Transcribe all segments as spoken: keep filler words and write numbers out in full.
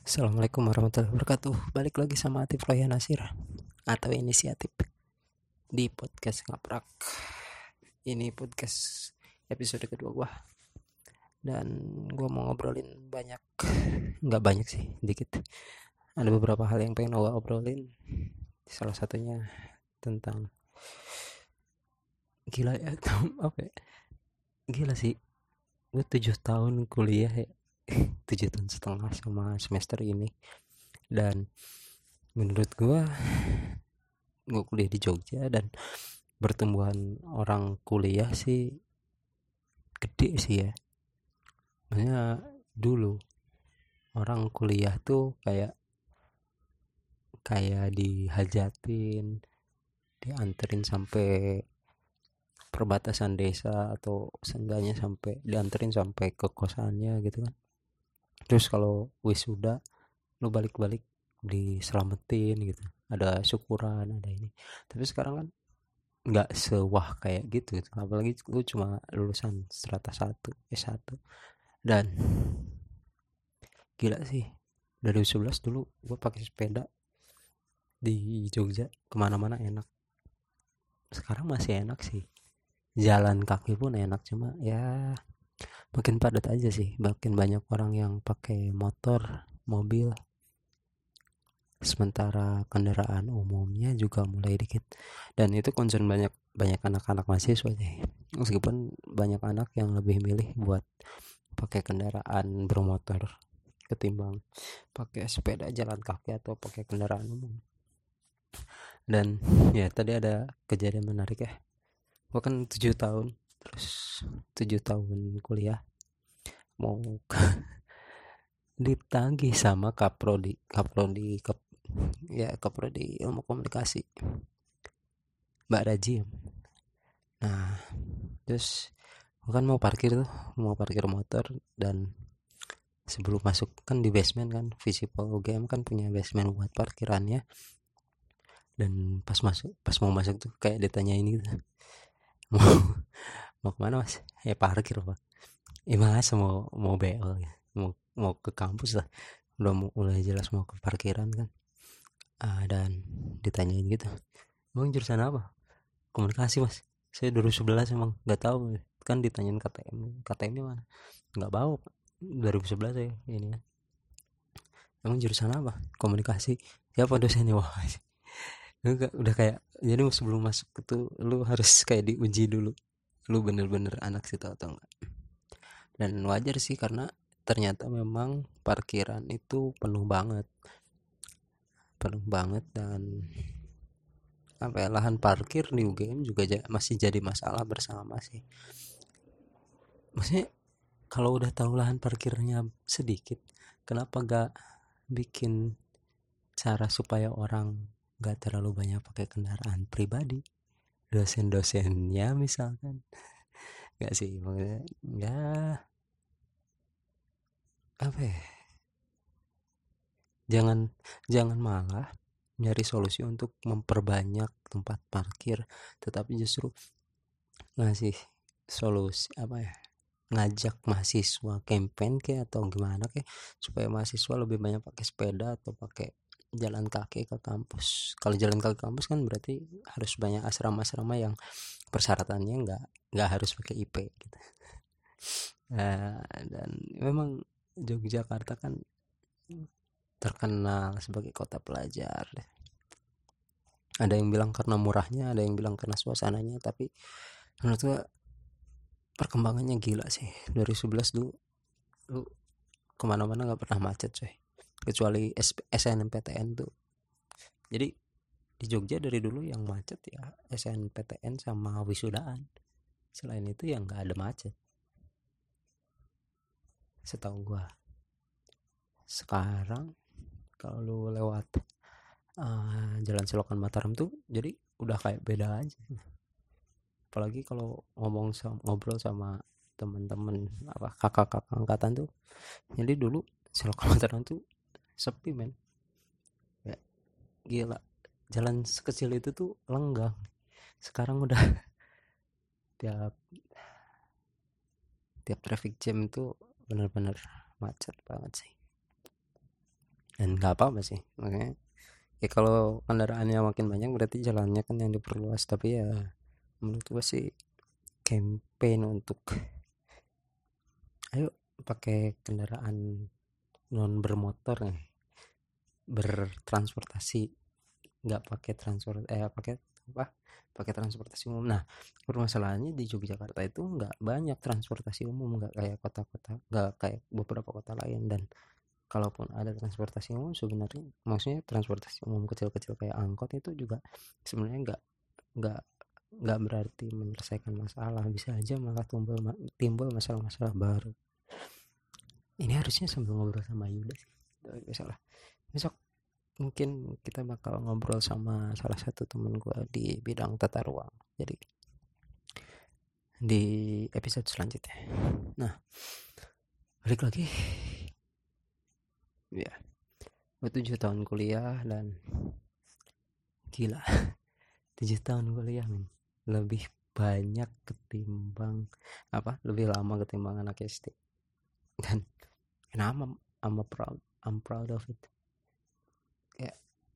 Assalamualaikum warahmatullahi wabarakatuh. Balik lagi sama Atif Royan Nasir atau Inisiatif di podcast Ngaprak. Ini podcast episode kedua gua dan gua mau ngobrolin banyak, nggak banyak sih, dikit. Ada beberapa hal yang pengen gua obrolin. Salah satunya tentang gila ya, apa ya? Gila sih. Gue tujuh tahun kuliah ya, tujuh tahun setengah sama semester ini. Dan menurut gua gue kuliah di Jogja dan pertumbuhan orang kuliah sih gede sih ya. Maksudnya dulu orang kuliah tuh kayak kayak dihajatin, dianterin sampai perbatasan desa atau seenggaknya sampai dianterin sampai ke kosannya gitu kan. Terus kalau wisuda lu balik-balik diselamatin gitu. Ada syukuran, ada ini. Tapi sekarang kan nggak sewah kayak gitu, gitu. Apalagi lu cuma lulusan strata satu S satu dan gila sih dari dua ribu sebelas dulu gue pakai sepeda di Jogja kemana-mana enak. Sekarang masih enak sih, jalan kaki pun enak, cuma ya makin padat aja sih, makin banyak orang yang pakai motor, mobil, sementara kendaraan umumnya juga mulai dikit. Dan itu concern banyak banyak anak-anak mahasiswa sih, meskipun banyak anak yang lebih milih buat pakai kendaraan bermotor ketimbang pakai sepeda jalan kaki atau pakai kendaraan umum. Dan ya tadi ada kejadian menarik ya, gue kan tujuh tahun, terus tujuh tahun kuliah mau ditagih sama kaprodi kaprodi kap, ya kaprodi ilmu komunikasi, Mbak Rajim. Nah terus gue kan mau parkir tuh, mau parkir motor. Dan sebelum masuk kan di basement kan, Visible U G M kan punya basement buat parkirannya. Dan pas masuk, pas mau masuk tuh kayak ditanya ini gitu, mau mau kemana mas? Ya parkir pak. Eh mas mau mau B L ya, mau mau ke kampus lah, udah mau, udah jelas mau ke parkiran kan. Ah, dan ditanyain gitu, emang jurusan apa? Komunikasi mas. Saya dua ribu sebelas emang nggak tahu kan, ditanyain K T M, K T M nya mana, nggak bawa pak, dua ribu sebelas ya ini ya. Emang jurusan apa? Komunikasi. Siapa dosennya? Wah udah udah kayak, jadi sebelum masuk itu lu harus kayak diuji dulu, lu bener-bener anak situ atau enggak. Dan wajar sih karena ternyata memang parkiran itu penuh banget, penuh banget. Dan apa ya, lahan parkir di U G M juga ja- masih jadi masalah bersama sih. Maksudnya kalau udah tahu lahan parkirnya sedikit, kenapa gak bikin cara supaya orang gak terlalu banyak pakai kendaraan pribadi, dosen-dosennya misalkan. Gak sih, maksudnya ya apa ya, jangan jangan malah nyari solusi untuk memperbanyak tempat parkir, tetapi justru ngasih solusi apa ya, ngajak mahasiswa campaign kayak atau gimana kayak supaya mahasiswa lebih banyak pakai sepeda atau pakai jalan kaki ke kampus. Kalau jalan kaki ke kampus kan berarti harus banyak asrama-asrama yang persyaratannya nggak nggak harus pakai I P gitu. Nah, dan memang Yogyakarta kan terkenal sebagai kota pelajar. Ada yang bilang karena murahnya, ada yang bilang karena suasananya, tapi menurut gua perkembangannya gila sih. Dari sebelas dulu lu kemana-mana nggak pernah macet coy, kecuali S N M P T N tuh. Jadi di Jogja dari dulu yang macet ya S N M P T N sama wisudaan. Selain itu yang nggak ada macet setahu gua. Sekarang kalau lu lewat uh, jalan Selokan Mataram tuh jadi udah kayak beda aja. Apalagi kalau ngomong sama, ngobrol sama teman-teman apa kakak-kakak angkatan tuh, jadi dulu Selokan Mataram tuh sepi men ya, gila, jalan sekecil itu tuh lenggang. Sekarang udah tiap tiap traffic jam itu bener-bener macet banget sih. dan nggak apa-apa sih. Makanya ya kalau kendaraannya makin banyak berarti jalannya kan yang diperluas, tapi ya menurut gue sih campaign untuk ayo pakai kendaraan non bermotor nih, bertransportasi, nggak pakai transport eh pakai apa pakai transportasi umum. Nah, permasalahannya di Yogyakarta itu nggak banyak transportasi umum, nggak kayak kota-kota, nggak kayak beberapa kota lain. Dan kalaupun ada transportasi umum sebenarnya, maksudnya transportasi umum kecil-kecil kayak angkot itu juga sebenarnya nggak nggak nggak berarti menyelesaikan masalah, bisa aja malah timbul timbul masalah-masalah baru. Ini harusnya sambil ngobrol sama Yuda sih, tapi salah. Besok mungkin kita bakal ngobrol sama salah satu temen gue di bidang tata ruang, jadi di episode selanjutnya. Nah, balik lagi ya, gue tujuh tahun kuliah dan gila, tujuh tahun kuliah men, lebih banyak ketimbang apa lebih lama ketimbang anak S D. Dan kenapa I'm, I'm proud I'm proud of it. Kayak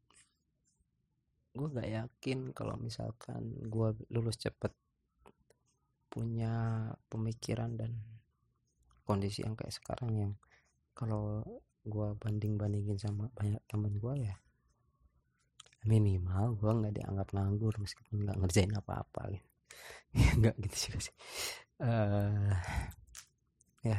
gue gak yakin kalau misalkan gue lulus cepet, punya pemikiran dan kondisi yang kayak sekarang, yang kalau gue banding-bandingin sama banyak temen gue ya minimal gue nggak dianggap nganggur meskipun nggak ngerjain apa-apa gitu. Nggak gitu juga sih. uh, ya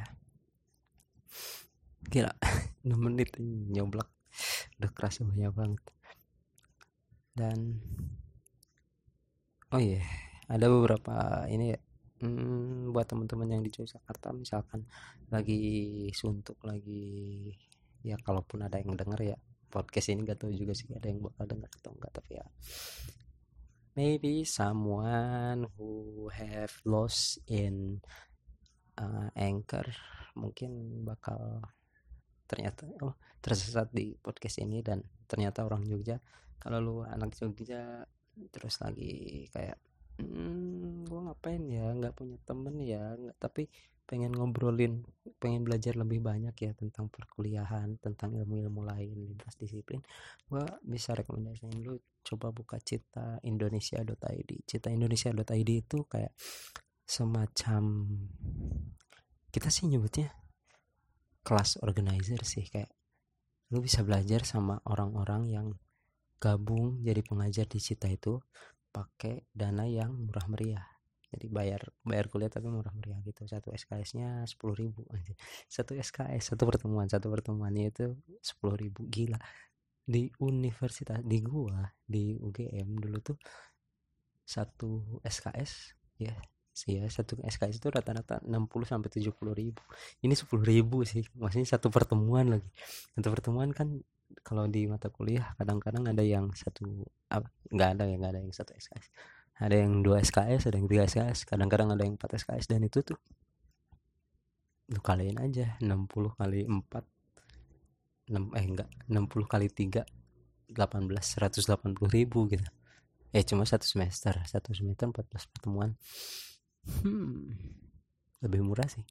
gila, enam menit nyoblak udah kerasa banyak banget. Dan oh iya, yeah, ada beberapa ini ya, hmm, buat teman-teman yang di Yogyakarta misalkan lagi suntuk, lagi ya kalaupun ada yang denger ya podcast ini, gak tahu juga sih ada yang bakal denger atau enggak, tapi ya maybe someone who have lost in uh, Anchor mungkin bakal ternyata oh tersesat di podcast ini, dan ternyata orang Jogja. Kalau lu anak Jogja terus lagi kayak hmm, gue ngapain ya, nggak punya temen ya, nggak, tapi pengen ngobrolin, pengen belajar lebih banyak ya tentang perkuliahan, tentang ilmu-ilmu lain lintas disiplin, gue bisa rekomendasiin lu coba buka cita indonesia dot i d. cita indonesia dot i d itu kayak semacam, kita sih nyebutnya kelas organizer sih, kayak lu bisa belajar sama orang-orang yang gabung jadi pengajar di Cita itu pakai dana yang murah meriah. Jadi bayar bayar kuliah tapi murah meriah gitu. Satu S K S-nya sepuluh ribu aja. Satu S K S, satu pertemuan, satu pertemuannya itu sepuluh ribu. Gila. Di universitas di gua di U G M dulu tuh satu S K S ya sih ya, satu S K S itu rata-rata enam puluh sampai tujuh puluh ribu. Ini sepuluh ribu sih, maksudnya satu pertemuan lagi. Satu pertemuan kan kalau di mata kuliah kadang-kadang ada yang satu apa, nggak ada ya, nggak ada yang satu S K S, ada yang dua S K S, ada yang tiga S K S, kadang-kadang ada yang empat S K S. Dan itu tuh lu kaliin aja enam puluh kali empat, enam eh enggak enam puluh kali tiga, delapan belas, seratus delapan puluh ribu gitu. Eh cuma satu semester, satu semester empat belas pertemuan. Hmm, lebih murah sih.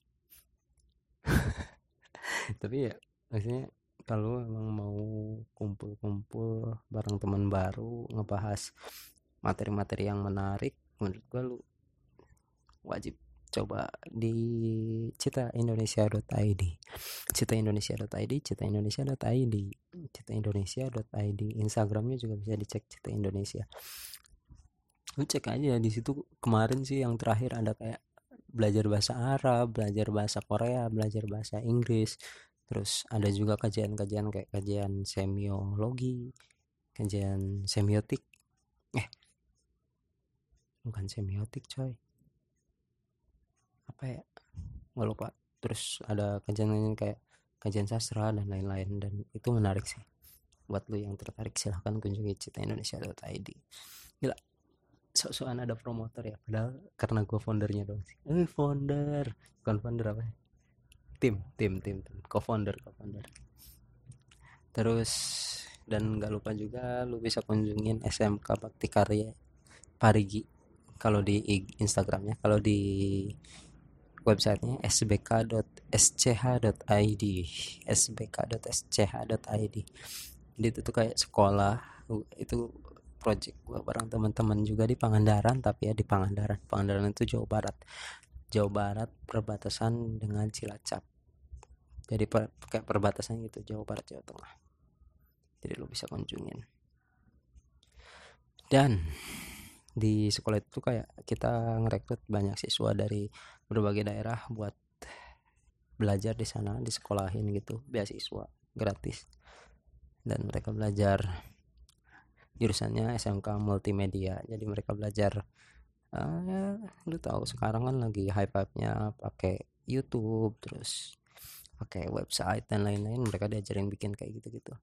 Tapi ya maksudnya kalau emang mau kumpul-kumpul bareng teman baru ngebahas materi-materi yang menarik, menurut gue lu wajib coba di cita indonesia dot i d. cita indonesia dot i d, cita indonesia dot i d, cita indonesia dot i d. Instagramnya juga bisa dicek Cita Indonesia. Lu cek aja di situ. Kemarin sih yang terakhir ada kayak belajar bahasa Arab, belajar bahasa Korea, belajar bahasa Inggris. Terus ada juga kajian-kajian kayak kajian semiologi, kajian semiotik. Eh, bukan semiotik coy. Apa ya? Nggak lupa. Terus ada kajian kayak kajian sastra dan lain-lain, dan itu menarik sih. Buat lu yang tertarik silahkan kunjungi cita indonesia dot i d. Gila, sok-sokan ada promotor ya, padahal karena gue foundernya dong sih. Eh founder, bukan founder apa ya? Tim, tim, tim, tim, co-founder, co-founder. Terus dan nggak lupa juga lu bisa kunjungin S M K Bakti Karya Parigi kalau di Instagramnya, kalau di websitenya s b k dot s c h dot i d s b k dot s c h dot i d. Jadi itu tuh kayak sekolah, itu project gua bareng teman-teman juga di Pangandaran, tapi ya di Pangandaran. Pangandaran itu Jawa Barat. Jawa Barat perbatasan dengan Cilacap. Jadi per, kayak perbatasan gitu, Jawa Barat Jawa Tengah. Jadi lu bisa kunjungin. Dan di sekolah itu kayak kita ngerekrut banyak siswa dari berbagai daerah buat belajar di sana, disekolahin gitu, beasiswa gratis. Dan mereka belajar jurusannya S M K multimedia. Jadi mereka belajar uh, lu tahu sekarang kan lagi hype-hype-nya pakai YouTube, terus pakai website dan lain-lain. Mereka diajarin bikin kayak gitu-gitu.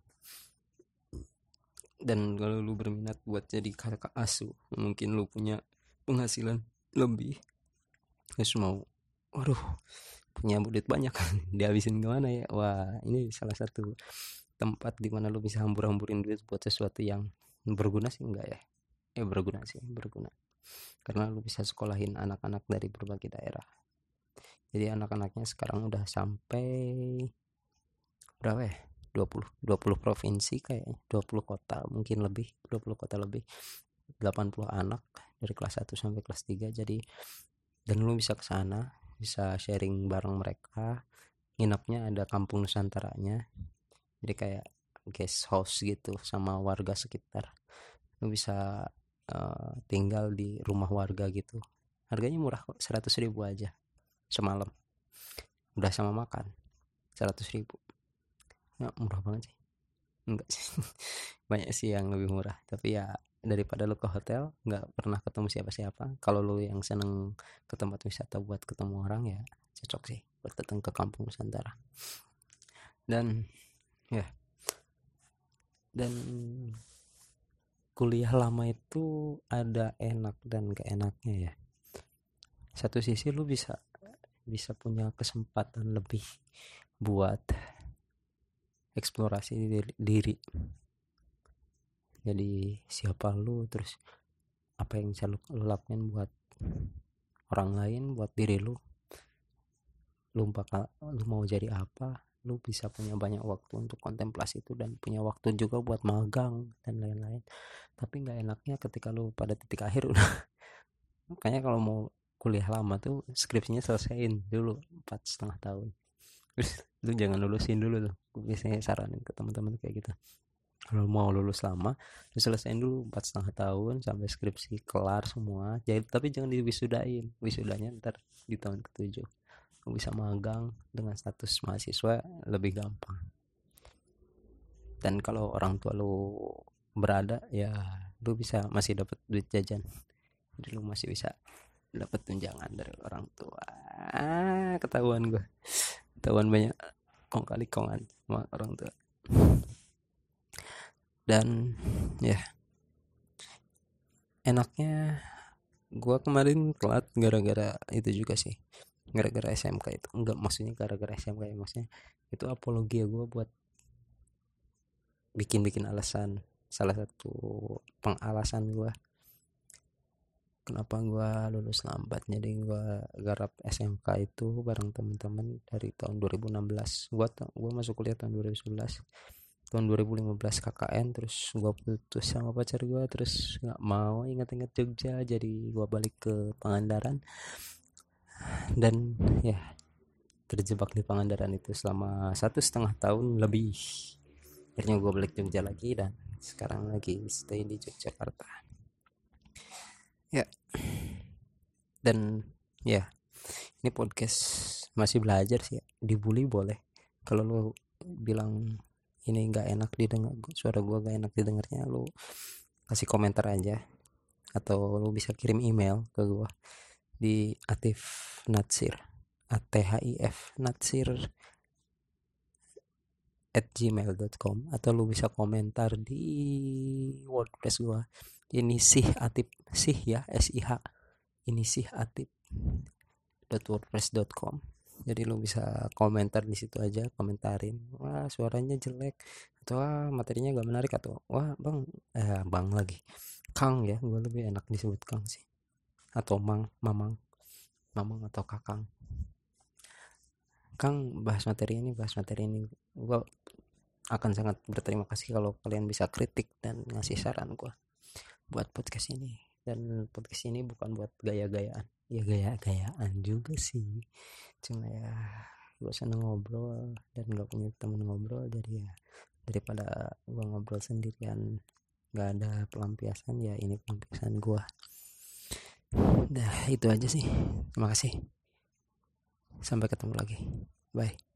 Dan kalau lu berminat buat jadi kakak asuh, mungkin lu punya penghasilan lebih, terus mau, waduh, punya duit banyak dihabisin kemana ya? Wah, ini salah satu tempat di mana lu bisa hambur-hamburin duit buat sesuatu yang berguna sih enggak ya? Ya berguna sih, berguna. Karena lu bisa sekolahin anak-anak dari berbagai daerah. Jadi anak-anaknya sekarang udah sampai berapa ya? dua puluh dua puluh provinsi kayaknya, dua puluh kota, mungkin lebih, dua puluh kota lebih. delapan puluh anak dari kelas satu sampai kelas tiga. Jadi dan lu bisa ke sana, bisa sharing bareng mereka. Nginapnya ada kampung nusantaranya. Jadi kayak guest house gitu sama warga sekitar. Lu bisa uh, tinggal di rumah warga gitu. Harganya murah kok, seratus ribu aja semalam. Udah sama makan, seratus ribu. Nggak murah banget sih. Enggak sih. Banyak sih yang lebih murah. Tapi ya daripada lu ke hotel nggak pernah ketemu siapa-siapa. Kalau lu yang seneng ke tempat wisata buat ketemu orang, ya cocok sih buat datang ke kampung Nusantara. Dan ya, dan kuliah lama itu ada enak dan gak enaknya ya. Satu sisi lu bisa bisa punya kesempatan lebih buat eksplorasi diri, diri. Jadi siapa lu, terus apa yang bisa lu, lu lakuin buat orang lain, buat diri lu. Lu bakal, lu mau jadi apa, lu bisa punya banyak waktu untuk kontemplasi itu, dan punya waktu juga buat magang dan lain-lain. Tapi nggak enaknya ketika lu pada titik akhir udah makanya kalau mau kuliah lama tuh skripsinya selesaiin dulu empat setengah tahun. Terus lu jangan lulusin dulu tuh. Gue biasanya saranin ke teman-teman kayak gitu. Kalau mau lulus lama, lu selesaiin dulu empat setengah tahun sampai skripsi kelar semua. Jadi tapi jangan diwisudain. Wisudanya ntar di tahun ketujuh. Lu bisa magang dengan status mahasiswa lebih gampang. Dan kalau orang tua lu berada, ya lu bisa masih dapat duit jajan. Jadi lu masih bisa dapat tunjangan dari orang tua. Ah, ketahuan gue. Ketahuan banyak kong kali kongan sama orang tua. Dan ya, enaknya gue kemarin telat gara-gara itu juga sih. Gara-gara S M K itu. Enggak, maksudnya gara-gara S M K ya, maksudnya itu apologi ya gue buat bikin-bikin alasan. Salah satu pengalasan gue kenapa gue lulus lambat. Jadi gue garap S M K itu bareng teman-teman dari tahun dua ribu enam belas. Gue gue masuk kuliah tahun dua ribu sebelas. Tahun dua ribu lima belas K K N, terus gue putus sama pacar gue, terus nggak mau ingat-ingat Jogja, jadi gue balik ke Pangandaran. Dan ya terjebak di Pangandaran itu selama satu setengah tahun lebih. Akhirnya gue balik Jogja lagi, dan sekarang lagi stay di Yogyakarta. Ya, dan ya ini podcast masih belajar sih ya. Dibully boleh. Kalau lu bilang ini nggak enak didengar, suara gue nggak enak didengarnya, lu kasih komentar aja, atau lu bisa kirim email ke gue di Atif Natsir, A T H I F Natsir at gmail dot com, atau lu bisa komentar di WordPress gue. Ini sih Atip, sih ya, S I H, ini sih Atip dot wordpress dot com. Jadi lu bisa komentar di situ aja, komentarin, wah suaranya jelek, atau wah materinya gak menarik, atau wah bang, eh bang lagi, Kang ya, gue lebih enak disebut Kang sih, atau Mang, Mamang, Mamang atau Kakang. Kang bahas materi ini bahas materi ini gue akan sangat berterima kasih kalau kalian bisa kritik dan ngasih saran gue buat podcast ini. Dan podcast ini bukan buat gaya-gayaan, ya gaya-gayaan juga sih, cuma ya gue seneng ngobrol dan gak punya temen ngobrol, jadi ya daripada gue ngobrol sendirian gak ada pelampiasan, ya ini pelampiasan gue. Nah itu aja sih, terima kasih, sampai ketemu lagi, bye.